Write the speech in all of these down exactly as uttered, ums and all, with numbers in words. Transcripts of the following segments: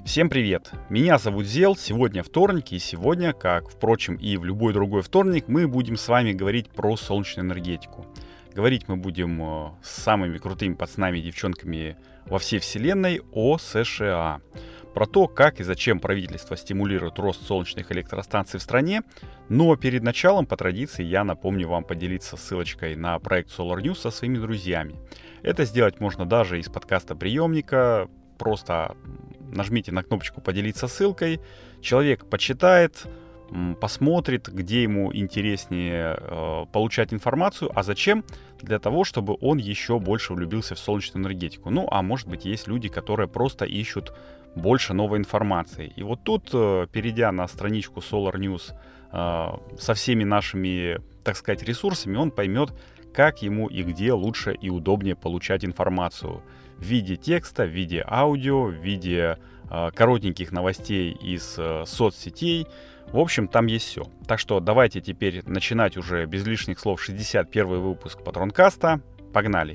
Всем привет! Меня зовут Зел, сегодня вторник, и сегодня, как, впрочем, и в любой другой вторник, мы будем с вами говорить про солнечную энергетику. Говорить мы будем э, с самыми крутыми пацанами и девчонками во всей вселенной о США. Про то, как и зачем правительство стимулирует рост солнечных электростанций в стране. Но перед началом, по традиции, я напомню вам поделиться ссылочкой на проект Solar News со своими друзьями. Это сделать можно даже из подкаста приемника. Просто нажмите на кнопочку «Поделиться ссылкой», человек почитает, посмотрит, где ему интереснее э, получать информацию, а зачем? Для того, чтобы он еще больше влюбился в солнечную энергетику. Ну, а может быть, есть люди, которые просто ищут больше новой информации. И вот тут, э, перейдя на страничку Solar News э, со всеми нашими, так сказать, ресурсами, он поймет, как ему и где лучше и удобнее получать информацию в виде текста, в виде аудио, в виде э, коротеньких новостей из э, соцсетей. В общем, там есть все. Так что давайте теперь начинать уже без лишних слов шестьдесят первый выпуск Патронкаста. Погнали!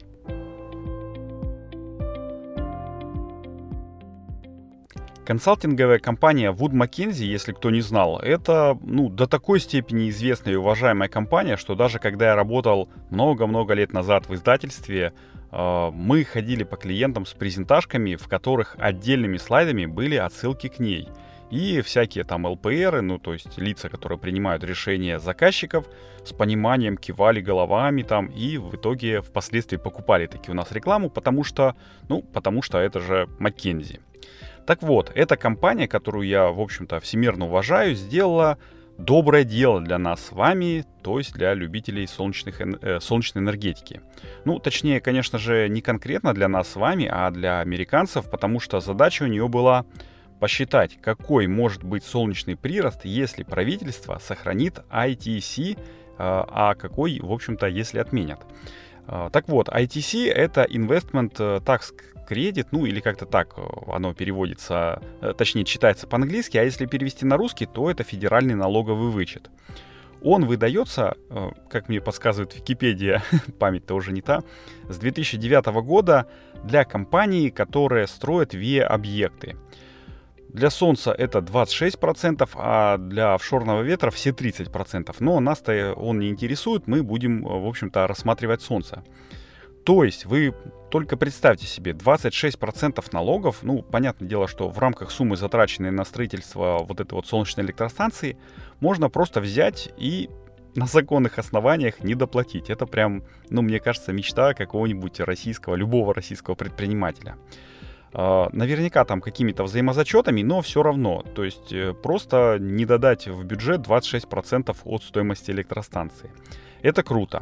Консалтинговая компания Wood Mackenzie, если кто не знал, это ну, до такой степени известная и уважаемая компания, что даже когда я работал много-много лет назад в издательстве, э, мы ходили по клиентам с презентажками, в которых отдельными слайдами были отсылки к ней. И всякие там эл пэ эры, ну то есть лица, которые принимают решения заказчиков, с пониманием кивали головами там и в итоге впоследствии покупали таки у нас рекламу, потому что, ну, потому что это же Mackenzie. Так вот, эта компания, которую я, в общем-то, всемирно уважаю, сделала доброе дело для нас с вами, то есть для любителей солнечных, э, солнечной энергетики. Ну, точнее, конечно же, не конкретно для нас с вами, а для американцев, потому что задача у нее была посчитать, какой может быть солнечный прирост, если правительство сохранит ай ти си, э, а какой, в общем-то, если отменят. Э, так вот, ай ти си — это Investment Tax Credit, ну или как-то так оно переводится, точнее читается по-английски, а если перевести на русский, то это федеральный налоговый вычет. Он выдается, как мне подсказывает Википедия, память-то уже не та, с две тысячи девятого года для компаний, которые строят ви эй-объекты. Для солнца это двадцать шесть процентов, а для офшорного ветра все тридцать процентов. Но нас-то он не интересует, мы будем, в общем-то, рассматривать солнце. То есть вы только представьте себе, двадцать шесть процентов налогов, ну, понятное дело, что в рамках суммы, затраченной на строительство вот этой вот солнечной электростанции, можно просто взять и на законных основаниях не доплатить. Это прям, ну, мне кажется, мечта какого-нибудь российского, любого российского предпринимателя. Наверняка там какими-то взаимозачетами, но все равно. То есть просто не додать в бюджет двадцать шесть процентов от стоимости электростанции. Это круто.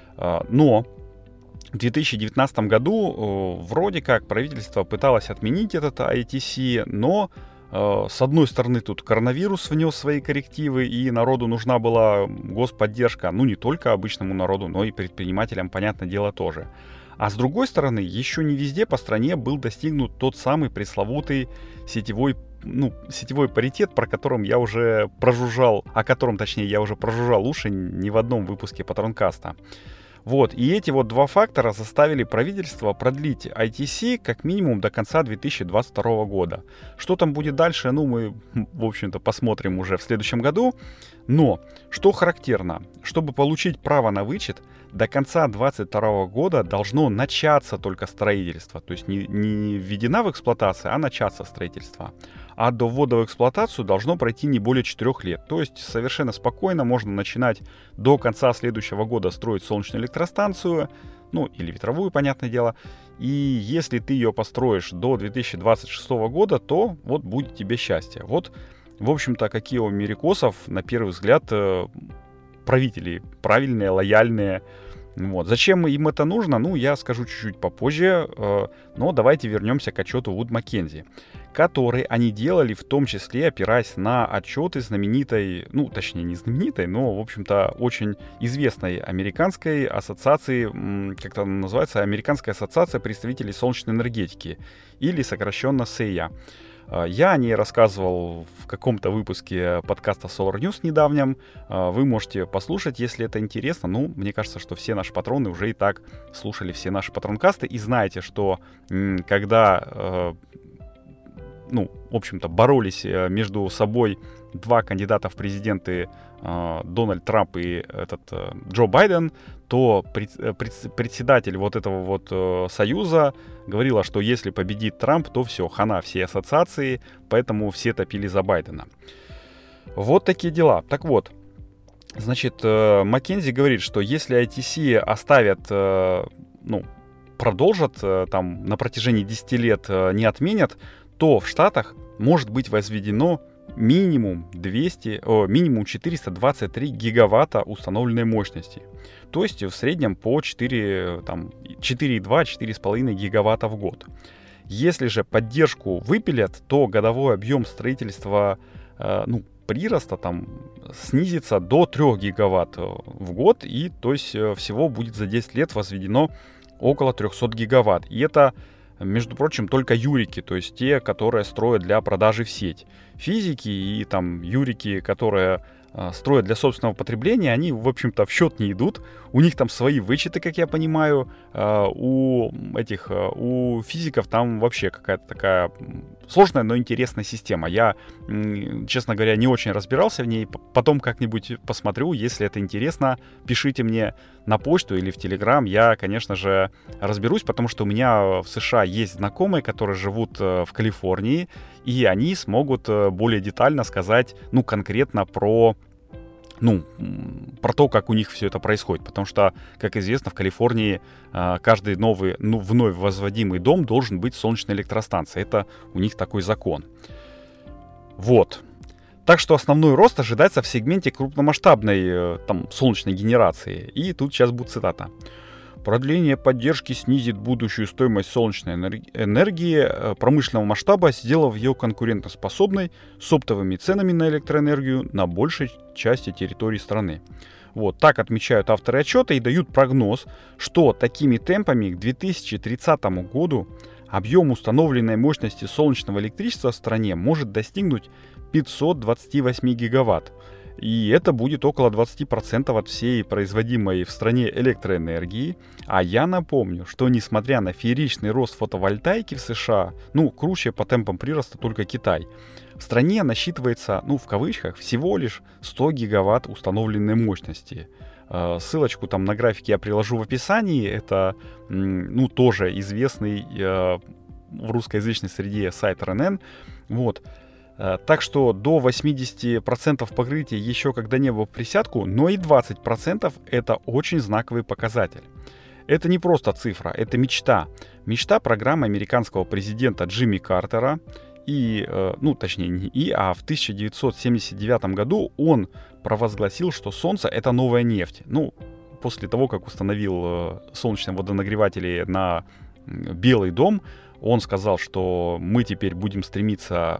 Но в две тысячи девятнадцатом году э, вроде как правительство пыталось отменить этот ай ти си, но э, с одной стороны тут коронавирус внес свои коррективы, и народу нужна была господдержка, ну не только обычному народу, но и предпринимателям, понятное дело, тоже. А с другой стороны, еще не везде по стране был достигнут тот самый пресловутый сетевой, ну, сетевой паритет, про котором я уже прожужжал, о котором, точнее, я уже прожужжал уши не в одном выпуске Патронкаста. Вот, и эти вот два фактора заставили правительство продлить ай ти си как минимум до конца две тысячи двадцать второго года. Что там будет дальше, ну, мы, в общем-то, посмотрим уже в следующем году. Но, что характерно, чтобы получить право на вычет, до конца две тысячи двадцать второго года должно начаться только строительство. То есть не, не введена в эксплуатацию, а начаться строительство. А до ввода в эксплуатацию должно пройти не более четырёх лет. То есть совершенно спокойно можно начинать до конца следующего года строить солнечную электростанцию, ну или ветровую, понятное дело. И если ты ее построишь до две тысячи двадцать шестого года, то вот будет тебе счастье. Вот, в общем-то, какие у америкосов, на первый взгляд, правители правильные, лояльные. Вот. Зачем им это нужно? Ну, я скажу чуть-чуть попозже, э, но давайте вернемся к отчету Wood Mackenzie, который они делали в том числе, опираясь на отчеты знаменитой, ну, точнее, не знаменитой, но, в общем-то, очень известной американской ассоциации, как это называется, Американская ассоциация представителей солнечной энергетики, или сокращенно сея. Я о ней рассказывал в каком-то выпуске подкаста Solar News недавнем. Вы можете послушать, если это интересно. Ну, мне кажется, что все наши патроны уже и так слушали все наши патронкасты и знаете, что когда ну, в общем-то, боролись между собой два кандидата в президенты, Дональд Трамп и этот Джо Байден, то председатель вот этого вот союза говорила, что если победит Трамп, то все, хана всей ассоциации, поэтому все топили за Байдена. Вот такие дела. Так вот, значит, Маккензи говорит, что если ай ти си оставят, ну, продолжат там на протяжении десяти лет, не отменят, то в Штатах может быть возведено минимум двести, о, минимум четыреста двадцать три гигаватта установленной мощности. То есть в среднем по четыре, там, четыре и два - четыре с половиной гигаватта в год. Если же поддержку выпилят, то годовой объем строительства, э, ну, прироста там снизится до трёх гигаватт в год, и то есть всего будет за десять лет возведено около триста гигаватт. И это, между прочим, только юрики, то есть те, которые строят для продажи в сеть. Физики и там юрики, которые э, строят для собственного потребления, они, в общем-то, в счет не идут. У них там свои вычеты, как я понимаю. Э, у этих, э, у физиков там вообще какая-то такая сложная, но интересная система. Я, м, честно говоря, не очень разбирался в ней. Потом как-нибудь посмотрю. Если это интересно, пишите мне на почту или в Телеграм. Я, конечно же, разберусь, потому что у меня в США есть знакомые, которые живут в Калифорнии, и они смогут более детально сказать, ну, конкретно про, ну, про то, как у них все это происходит. Потому что, как известно, в Калифорнии каждый новый, ну, вновь возводимый дом должен быть солнечной электростанцией. Это у них такой закон. Вот. Так что основной рост ожидается в сегменте крупномасштабной там, солнечной генерации. И тут сейчас будет цитата. Продление поддержки снизит будущую стоимость солнечной энергии промышленного масштаба, сделав ее конкурентоспособной с оптовыми ценами на электроэнергию на большей части территории страны. Вот так отмечают авторы отчета и дают прогноз, что такими темпами к две тысячи тридцатому году объем установленной мощности солнечного электричества в стране может достигнуть пятьсот двадцать восемь гигаватт. И это будет около двадцать процентов от всей производимой в стране электроэнергии. А я напомню, что несмотря на фееричный рост фотовольтайки в США, ну, круче по темпам прироста только Китай, в стране насчитывается, ну, в кавычках, всего лишь сто гигаватт установленной мощности. Ссылочку там на графике я приложу в описании. Это, ну, тоже известный в русскоязычной среде сайт эр эн эн. Вот. Так что до восемьдесят процентов покрытия еще когда небо в присядку, но и двадцать процентов это очень знаковый показатель. Это не просто цифра, это мечта. Мечта программы американского президента Джимми Картера. И, ну, точнее, не и, а в тысяча девятьсот семьдесят девятом году он провозгласил, что Солнце — это новая нефть. Ну, после того, как установил солнечные водонагреватели на Белый дом, он сказал, что мы теперь будем стремиться...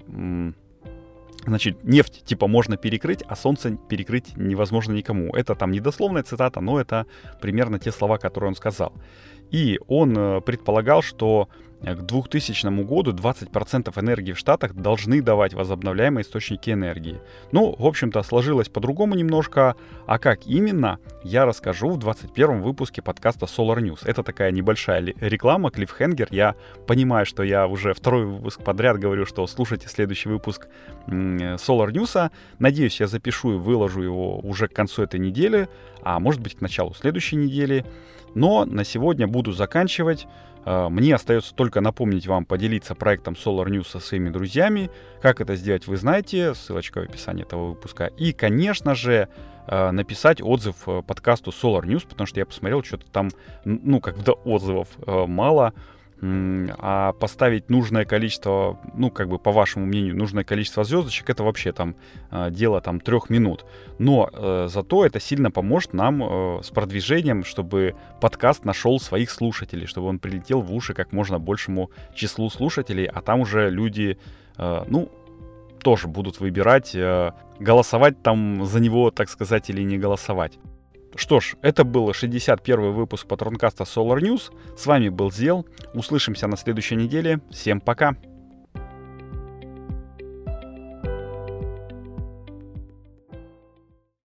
Значит, нефть типа можно перекрыть, а солнце перекрыть невозможно никому. Это там недословная цитата, но это примерно те слова, которые он сказал. И он предполагал, что к двухтысячному году двадцать процентов энергии в Штатах должны давать возобновляемые источники энергии. Ну, в общем-то, сложилось по-другому немножко. А как именно, я расскажу в двадцать первом выпуске подкаста Solar News. Это такая небольшая реклама, клиффхенгер. Я понимаю, что я уже второй выпуск подряд говорю, что слушайте следующий выпуск Solar News. Надеюсь, я запишу и выложу его уже к концу этой недели, а может быть к началу следующей недели. Но на сегодня буду заканчивать. Мне остается только напомнить вам поделиться проектом Solar News со своими друзьями. Как это сделать, вы знаете. Ссылочка в описании этого выпуска. И, конечно же, написать отзыв подкасту Solar News, потому что я посмотрел, что-то там, ну, как-то отзывов мало. А поставить нужное количество, ну, как бы, по вашему мнению, нужное количество звездочек, это вообще там дело там трех минут. Но э, зато это сильно поможет нам э, с продвижением, чтобы подкаст нашел своих слушателей, чтобы он прилетел в уши как можно большему числу слушателей, а там уже люди, э, ну, тоже будут выбирать, э, голосовать там за него, так сказать, или не голосовать. Что ж, это был шестьдесят первый выпуск патронкаста Solar News. С вами был Зел. Услышимся на следующей неделе. Всем пока!